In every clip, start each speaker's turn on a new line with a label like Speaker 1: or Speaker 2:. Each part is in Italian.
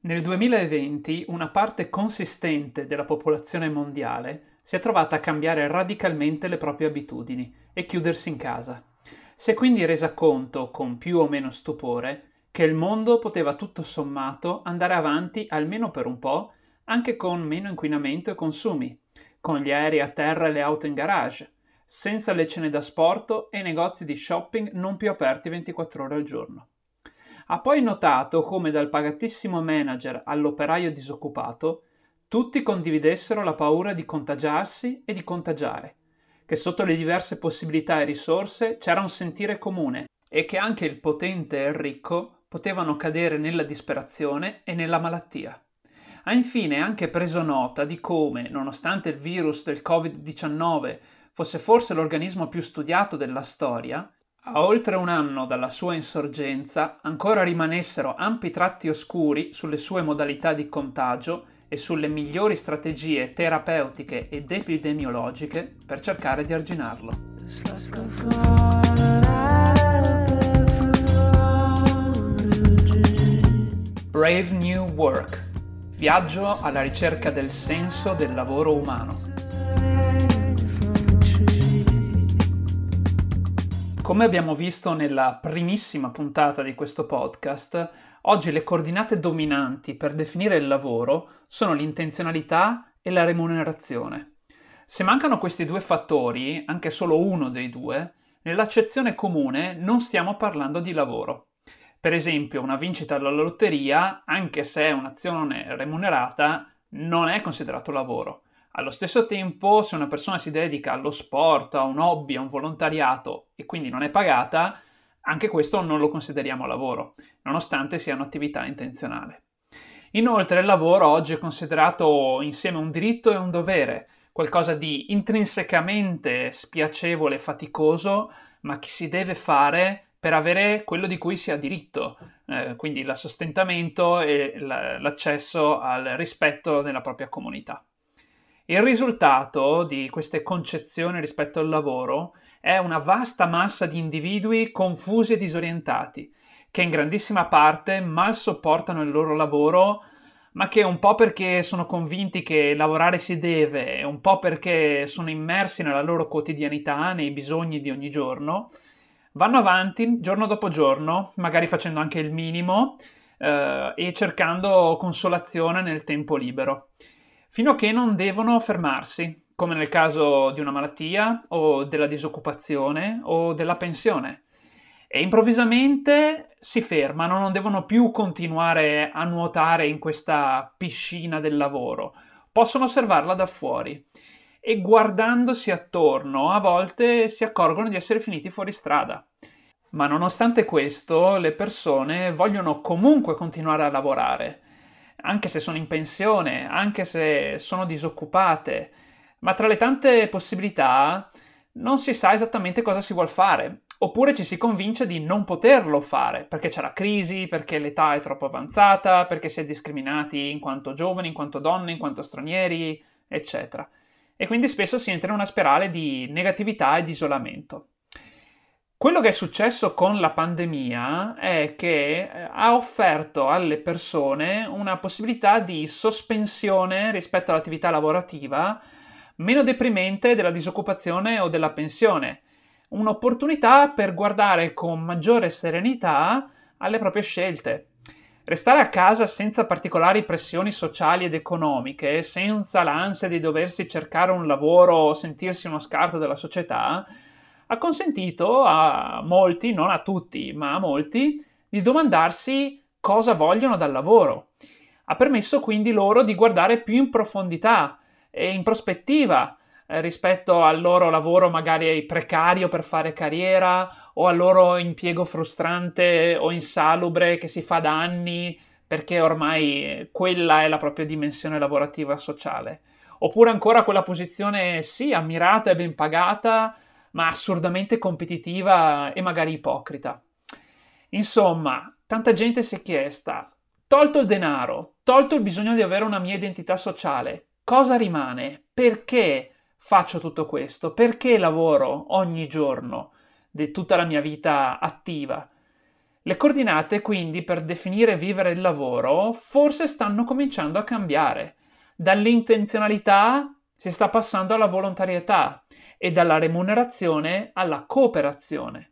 Speaker 1: Nel 2020 una parte consistente della popolazione mondiale si è trovata a cambiare radicalmente le proprie abitudini e chiudersi in casa. Si è quindi resa conto, con più o meno stupore, che il mondo poteva tutto sommato andare avanti almeno per un po', anche con meno inquinamento e consumi, con gli aerei a terra e le auto in garage, senza le cene da sport e negozi di shopping non più aperti 24 ore al giorno. Ha poi notato come dal pagatissimo manager all'operaio disoccupato tutti condividessero la paura di contagiarsi e di contagiare, che sotto le diverse possibilità e risorse c'era un sentire comune e che anche il potente e il ricco potevano cadere nella disperazione e nella malattia. Ha infine anche preso nota di come, nonostante il virus del Covid-19 fosse forse l'organismo più studiato della storia, a oltre un anno dalla sua insorgenza ancora rimanessero ampi tratti oscuri sulle sue modalità di contagio e sulle migliori strategie terapeutiche ed epidemiologiche per cercare di arginarlo. Brave New Work. Viaggio alla ricerca del senso del lavoro umano. Come abbiamo visto nella primissima puntata di questo podcast, oggi le coordinate dominanti per definire il lavoro sono l'intenzionalità e la remunerazione. Se mancano questi due fattori, anche solo uno dei due, nell'accezione comune non stiamo parlando di lavoro. Per esempio, una vincita alla lotteria, anche se è un'azione remunerata, non è considerato lavoro. Allo stesso tempo, se una persona si dedica allo sport, a un hobby, a un volontariato e quindi non è pagata, anche questo non lo consideriamo lavoro, nonostante sia un'attività intenzionale. Inoltre il lavoro oggi è considerato insieme un diritto e un dovere, qualcosa di intrinsecamente spiacevole e faticoso, ma che si deve fare per avere quello di cui si ha diritto, quindi il sostentamento e l'accesso al rispetto nella propria comunità. Il risultato di queste concezioni rispetto al lavoro è una vasta massa di individui confusi e disorientati, che in grandissima parte mal sopportano il loro lavoro, ma che un po' perché sono convinti che lavorare si deve, e un po' perché sono immersi nella loro quotidianità, nei bisogni di ogni giorno, vanno avanti giorno dopo giorno, magari facendo anche il minimo, e cercando consolazione nel tempo libero, fino a che non devono fermarsi, come nel caso di una malattia o della disoccupazione o della pensione. E improvvisamente si fermano, non devono più continuare a nuotare in questa piscina del lavoro, possono osservarla da fuori e guardandosi attorno a volte si accorgono di essere finiti fuori strada. Ma nonostante questo, le persone vogliono comunque continuare a lavorare, anche se sono in pensione, anche se sono disoccupate, ma tra le tante possibilità non si sa esattamente cosa si vuol fare, oppure ci si convince di non poterlo fare, perché c'è la crisi, perché l'età è troppo avanzata, perché si è discriminati in quanto giovani, in quanto donne, in quanto stranieri, eccetera. E quindi spesso si entra in una spirale di negatività e di isolamento. Quello che è successo con la pandemia è che ha offerto alle persone una possibilità di sospensione rispetto all'attività lavorativa meno deprimente della disoccupazione o della pensione, un'opportunità per guardare con maggiore serenità alle proprie scelte. Restare a casa senza particolari pressioni sociali ed economiche, senza l'ansia di doversi cercare un lavoro o sentirsi uno scarto della società, ha consentito a molti, non a tutti, ma a molti, di domandarsi cosa vogliono dal lavoro. Ha permesso quindi loro di guardare più in profondità e in prospettiva rispetto al loro lavoro magari precario per fare carriera o al loro impiego frustrante o insalubre che si fa da anni perché ormai quella è la propria dimensione lavorativa sociale. Oppure ancora quella posizione sì, ammirata e ben pagata, ma assurdamente competitiva e magari ipocrita. Insomma, tanta gente si è chiesta, tolto il denaro, tolto il bisogno di avere una mia identità sociale, cosa rimane? Perché faccio tutto questo? Perché lavoro ogni giorno di tutta la mia vita attiva? Le coordinate, quindi, per definire e vivere il lavoro, forse stanno cominciando a cambiare. Dall'intenzionalità si sta passando alla volontarietà e dalla remunerazione alla cooperazione.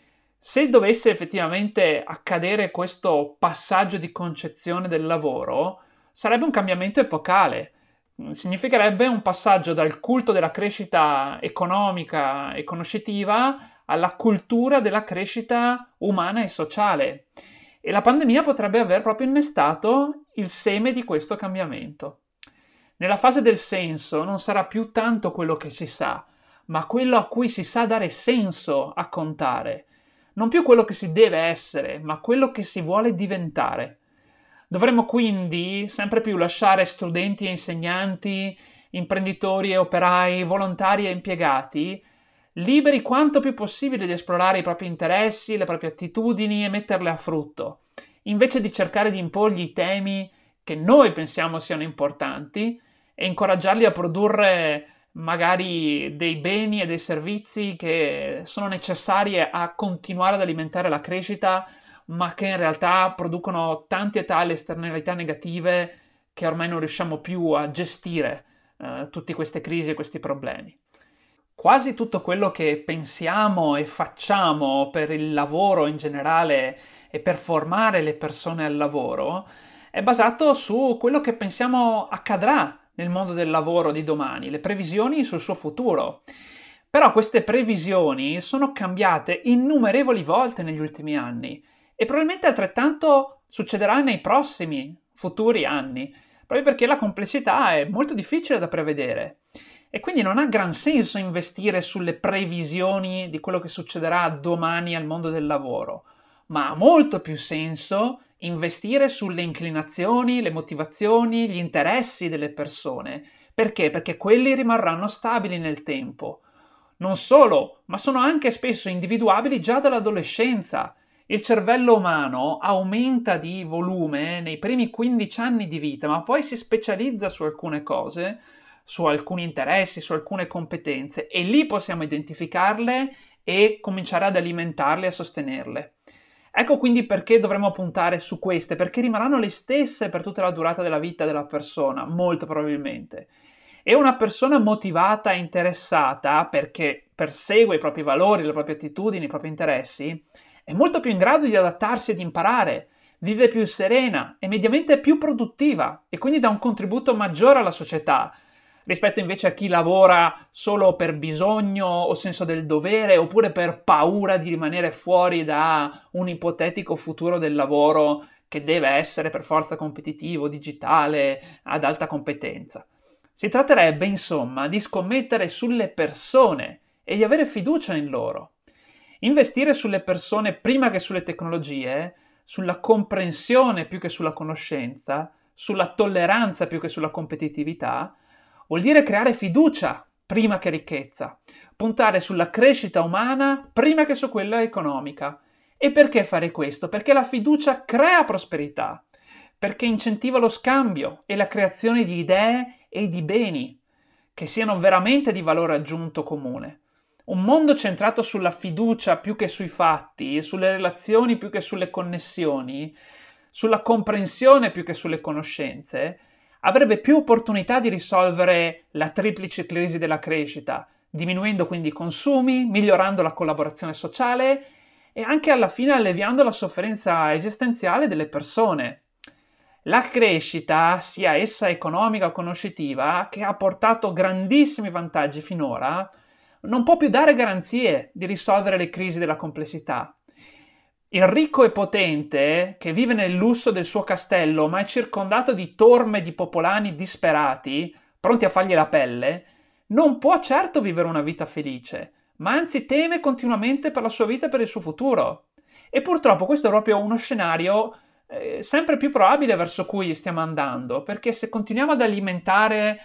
Speaker 1: Se dovesse effettivamente accadere questo passaggio di concezione del lavoro, sarebbe un cambiamento epocale. Significherebbe un passaggio dal culto della crescita economica e conoscitiva alla cultura della crescita umana e sociale. E la pandemia potrebbe aver proprio innestato il seme di questo cambiamento. Nella fase del senso non sarà più tanto quello che si sa, ma quello a cui si sa dare senso a contare. Non più quello che si deve essere, ma quello che si vuole diventare. Dovremmo quindi sempre più lasciare studenti e insegnanti, imprenditori e operai, volontari e impiegati, liberi quanto più possibile di esplorare i propri interessi, le proprie attitudini e metterle a frutto, invece di cercare di imporgli i temi che noi pensiamo siano importanti e incoraggiarli a produrre magari dei beni e dei servizi che sono necessari a continuare ad alimentare la crescita, ma che in realtà producono tante e tali esternalità negative che ormai non riusciamo più a gestire tutte queste crisi e questi problemi. Quasi tutto quello che pensiamo e facciamo per il lavoro in generale e per formare le persone al lavoro è basato su quello che pensiamo accadrà nel mondo del lavoro di domani, le previsioni sul suo futuro. Però queste previsioni sono cambiate innumerevoli volte negli ultimi anni e probabilmente altrettanto succederà nei prossimi futuri anni, proprio perché la complessità è molto difficile da prevedere. E quindi non ha gran senso investire sulle previsioni di quello che succederà domani al mondo del lavoro, ma ha molto più senso investire sulle inclinazioni, le motivazioni, gli interessi delle persone. Perché? Perché quelli rimarranno stabili nel tempo. Non solo, ma sono anche spesso individuabili già dall'adolescenza. Il cervello umano aumenta di volume nei primi 15 anni di vita, ma poi si specializza su alcune cose, su alcuni interessi, su alcune competenze e lì possiamo identificarle e cominciare ad alimentarle e a sostenerle. Ecco quindi perché dovremmo puntare su queste, perché rimarranno le stesse per tutta la durata della vita della persona, molto probabilmente. E una persona motivata e interessata, perché persegue i propri valori, le proprie attitudini, i propri interessi, è molto più in grado di adattarsi e di imparare, vive più serena e mediamente più produttiva e quindi dà un contributo maggiore alla società, rispetto invece a chi lavora solo per bisogno o senso del dovere oppure per paura di rimanere fuori da un ipotetico futuro del lavoro che deve essere per forza competitivo, digitale, ad alta competenza. Si tratterebbe, insomma, di scommettere sulle persone e di avere fiducia in loro. Investire sulle persone prima che sulle tecnologie, sulla comprensione più che sulla conoscenza, sulla tolleranza più che sulla competitività, vuol dire creare fiducia prima che ricchezza, puntare sulla crescita umana prima che su quella economica. E perché fare questo? Perché la fiducia crea prosperità, perché incentiva lo scambio e la creazione di idee e di beni che siano veramente di valore aggiunto comune. Un mondo centrato sulla fiducia più che sui fatti, sulle relazioni più che sulle connessioni, sulla comprensione più che sulle conoscenze, avrebbe più opportunità di risolvere la triplice crisi della crescita, diminuendo quindi i consumi, migliorando la collaborazione sociale e anche alla fine alleviando la sofferenza esistenziale delle persone. La crescita, sia essa economica o conoscitiva, che ha portato grandissimi vantaggi finora, non può più dare garanzie di risolvere le crisi della complessità. Il ricco e potente, che vive nel lusso del suo castello, ma è circondato di torme di popolani disperati, pronti a fargli la pelle, non può certo vivere una vita felice, ma anzi teme continuamente per la sua vita e per il suo futuro. E purtroppo questo è proprio uno scenario sempre più probabile verso cui stiamo andando, perché se continuiamo ad alimentare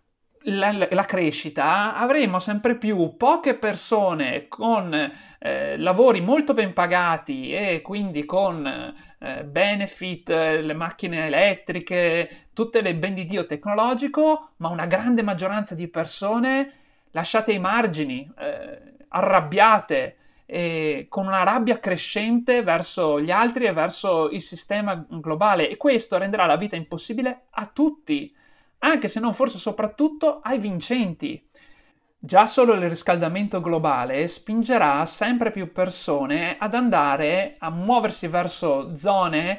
Speaker 1: la crescita, avremo sempre più poche persone con lavori molto ben pagati e quindi con benefit, le macchine elettriche, tutte le ben di Dio tecnologico, ma una grande maggioranza di persone lasciate ai margini, arrabbiate e con una rabbia crescente verso gli altri e verso il sistema globale, e questo renderà la vita impossibile a tutti, anche se non forse soprattutto ai vincenti. Già solo il riscaldamento globale spingerà sempre più persone ad andare a muoversi verso zone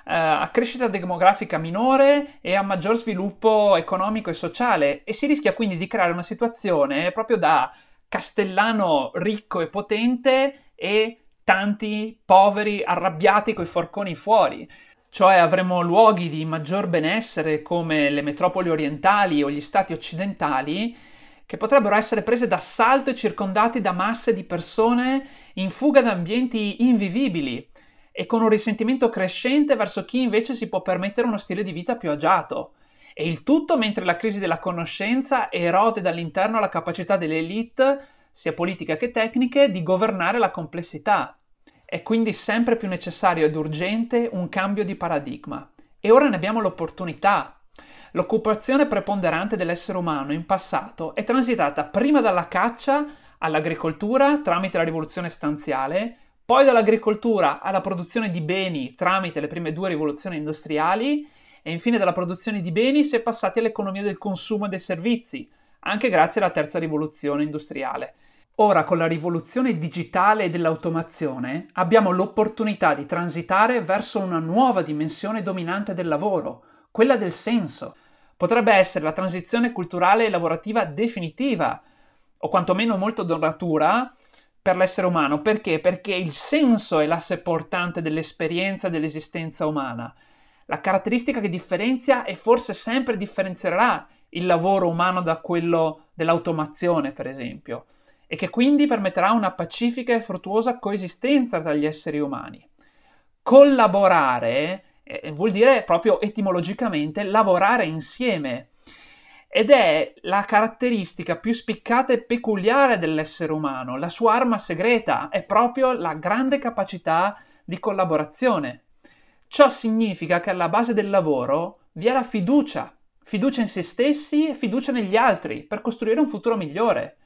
Speaker 1: a crescita demografica minore e a maggior sviluppo economico e sociale, e si rischia quindi di creare una situazione proprio da castellano ricco e potente e tanti poveri arrabbiati coi forconi fuori. Cioè avremo luoghi di maggior benessere come le metropoli orientali o gli stati occidentali che potrebbero essere prese d'assalto e circondati da masse di persone in fuga da ambienti invivibili e con un risentimento crescente verso chi invece si può permettere uno stile di vita più agiato. E il tutto mentre la crisi della conoscenza erode dall'interno la capacità delle elite, sia politiche che tecniche, di governare la complessità. È quindi sempre più necessario ed urgente un cambio di paradigma. E ora ne abbiamo l'opportunità. L'occupazione preponderante dell'essere umano in passato è transitata prima dalla caccia all'agricoltura tramite la rivoluzione stanziale, poi dall'agricoltura alla produzione di beni tramite le prime due rivoluzioni industriali e infine dalla produzione di beni si è passati all'economia del consumo e dei servizi, anche grazie alla terza rivoluzione industriale. Ora, con la rivoluzione digitale e dell'automazione, abbiamo l'opportunità di transitare verso una nuova dimensione dominante del lavoro, quella del senso. Potrebbe essere la transizione culturale e lavorativa definitiva, o quantomeno molto duratura, per l'essere umano. Perché? Perché il senso è l'asse portante dell'esperienza dell'esistenza umana. La caratteristica che differenzia e forse sempre differenzierà il lavoro umano da quello dell'automazione, per esempio, e che quindi permetterà una pacifica e fruttuosa coesistenza tra gli esseri umani. Collaborare vuol dire proprio etimologicamente lavorare insieme, ed è la caratteristica più spiccata e peculiare dell'essere umano. La sua arma segreta è proprio la grande capacità di collaborazione. Ciò significa che alla base del lavoro vi è la fiducia in se stessi e fiducia negli altri per costruire un futuro migliore.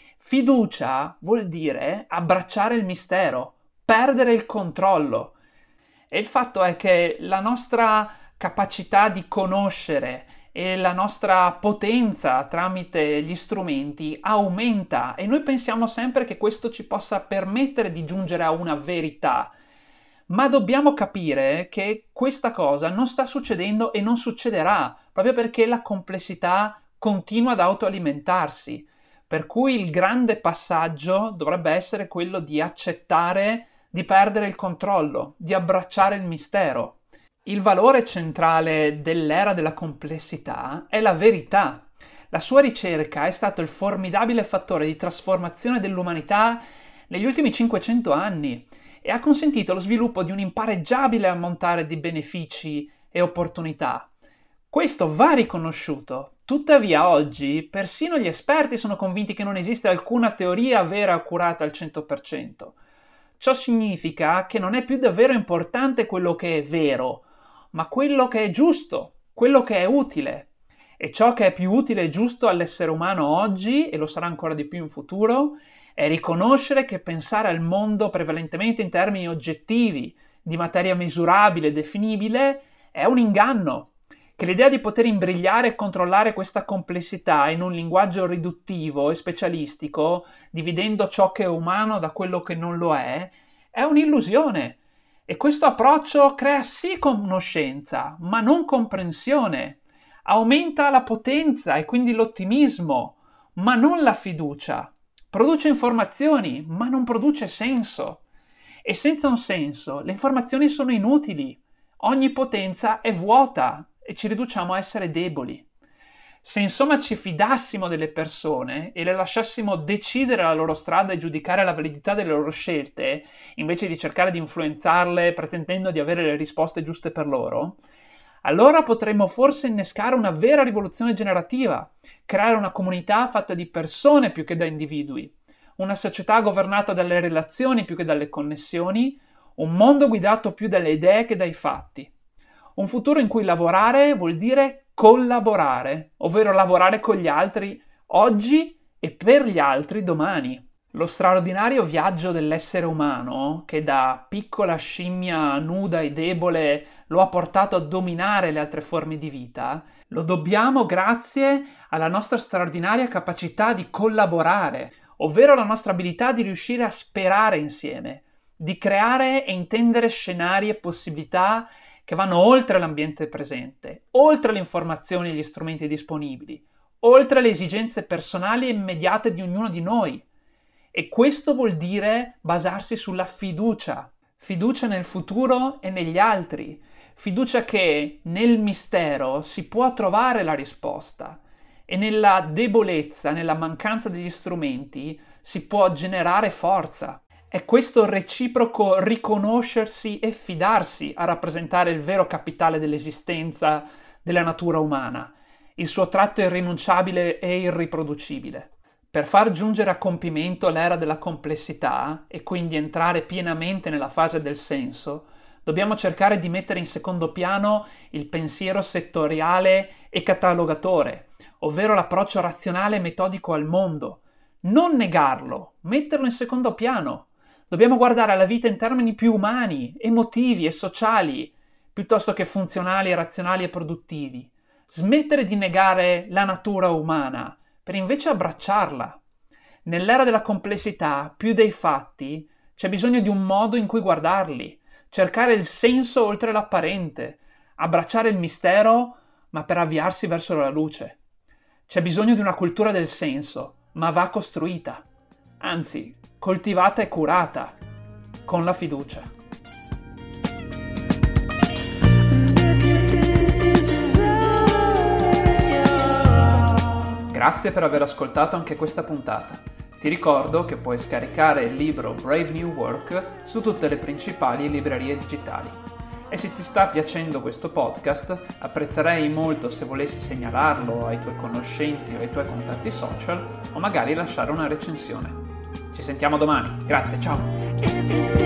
Speaker 1: Fiducia vuol dire abbracciare il mistero, perdere il controllo. E il fatto è che la nostra capacità di conoscere e la nostra potenza tramite gli strumenti aumenta e noi pensiamo sempre che questo ci possa permettere di giungere a una verità. Ma dobbiamo capire che questa cosa non sta succedendo e non succederà, proprio perché la complessità continua ad autoalimentarsi. Per cui il grande passaggio dovrebbe essere quello di accettare di perdere il controllo, di abbracciare il mistero. Il valore centrale dell'era della complessità è la verità. La sua ricerca è stato il formidabile fattore di trasformazione dell'umanità negli ultimi 500 anni e ha consentito lo sviluppo di un impareggiabile ammontare di benefici e opportunità. Questo va riconosciuto. Tuttavia oggi persino gli esperti sono convinti che non esiste alcuna teoria vera e accurata al 100%. Ciò significa che non è più davvero importante quello che è vero, ma quello che è giusto, quello che è utile. E ciò che è più utile e giusto all'essere umano oggi, e lo sarà ancora di più in futuro, è riconoscere che pensare al mondo prevalentemente in termini oggettivi, di materia misurabile e definibile, è un inganno, che l'idea di poter imbrigliare e controllare questa complessità in un linguaggio riduttivo e specialistico, dividendo ciò che è umano da quello che non lo è un'illusione. E questo approccio crea sì conoscenza, ma non comprensione. Aumenta la potenza e quindi l'ottimismo, ma non la fiducia. Produce informazioni, ma non produce senso. E senza un senso, le informazioni sono inutili. Ogni potenza è vuota e ci riduciamo a essere deboli. Se insomma ci fidassimo delle persone e le lasciassimo decidere la loro strada e giudicare la validità delle loro scelte, invece di cercare di influenzarle pretendendo di avere le risposte giuste per loro, allora potremmo forse innescare una vera rivoluzione generativa, creare una comunità fatta di persone più che da individui, una società governata dalle relazioni più che dalle connessioni, un mondo guidato più dalle idee che dai fatti. Un futuro in cui lavorare vuol dire collaborare, ovvero lavorare con gli altri oggi e per gli altri domani. Lo straordinario viaggio dell'essere umano, che da piccola scimmia nuda e debole lo ha portato a dominare le altre forme di vita, lo dobbiamo grazie alla nostra straordinaria capacità di collaborare, ovvero la nostra abilità di riuscire a sperare insieme, di creare e intendere scenari e possibilità che vanno oltre l'ambiente presente, oltre le informazioni e gli strumenti disponibili, oltre le esigenze personali e immediate di ognuno di noi. E questo vuol dire basarsi sulla fiducia nel futuro e negli altri, fiducia che nel mistero si può trovare la risposta e nella debolezza, nella mancanza degli strumenti si può generare forza. È questo reciproco riconoscersi e fidarsi a rappresentare il vero capitale dell'esistenza della natura umana, il suo tratto irrinunciabile e irriproducibile. Per far giungere a compimento l'era della complessità e quindi entrare pienamente nella fase del senso, dobbiamo cercare di mettere in secondo piano il pensiero settoriale e catalogatore, ovvero l'approccio razionale e metodico al mondo. Non negarlo, metterlo in secondo piano. Dobbiamo guardare alla vita in termini più umani, emotivi e sociali, piuttosto che funzionali, razionali e produttivi. Smettere di negare la natura umana, per invece abbracciarla. Nell'era della complessità, più dei fatti, c'è bisogno di un modo in cui guardarli, cercare il senso oltre l'apparente, abbracciare il mistero, ma per avviarsi verso la luce. C'è bisogno di una cultura del senso, ma va costruita, anzi, coltivata e curata, con la fiducia. Grazie per aver ascoltato anche questa puntata. Ti ricordo che puoi scaricare il libro Brave New Work su tutte le principali librerie digitali. E se ti sta piacendo questo podcast, apprezzerei molto se volessi segnalarlo ai tuoi conoscenti o ai tuoi contatti social o magari lasciare una recensione. Ci sentiamo domani. Grazie, ciao!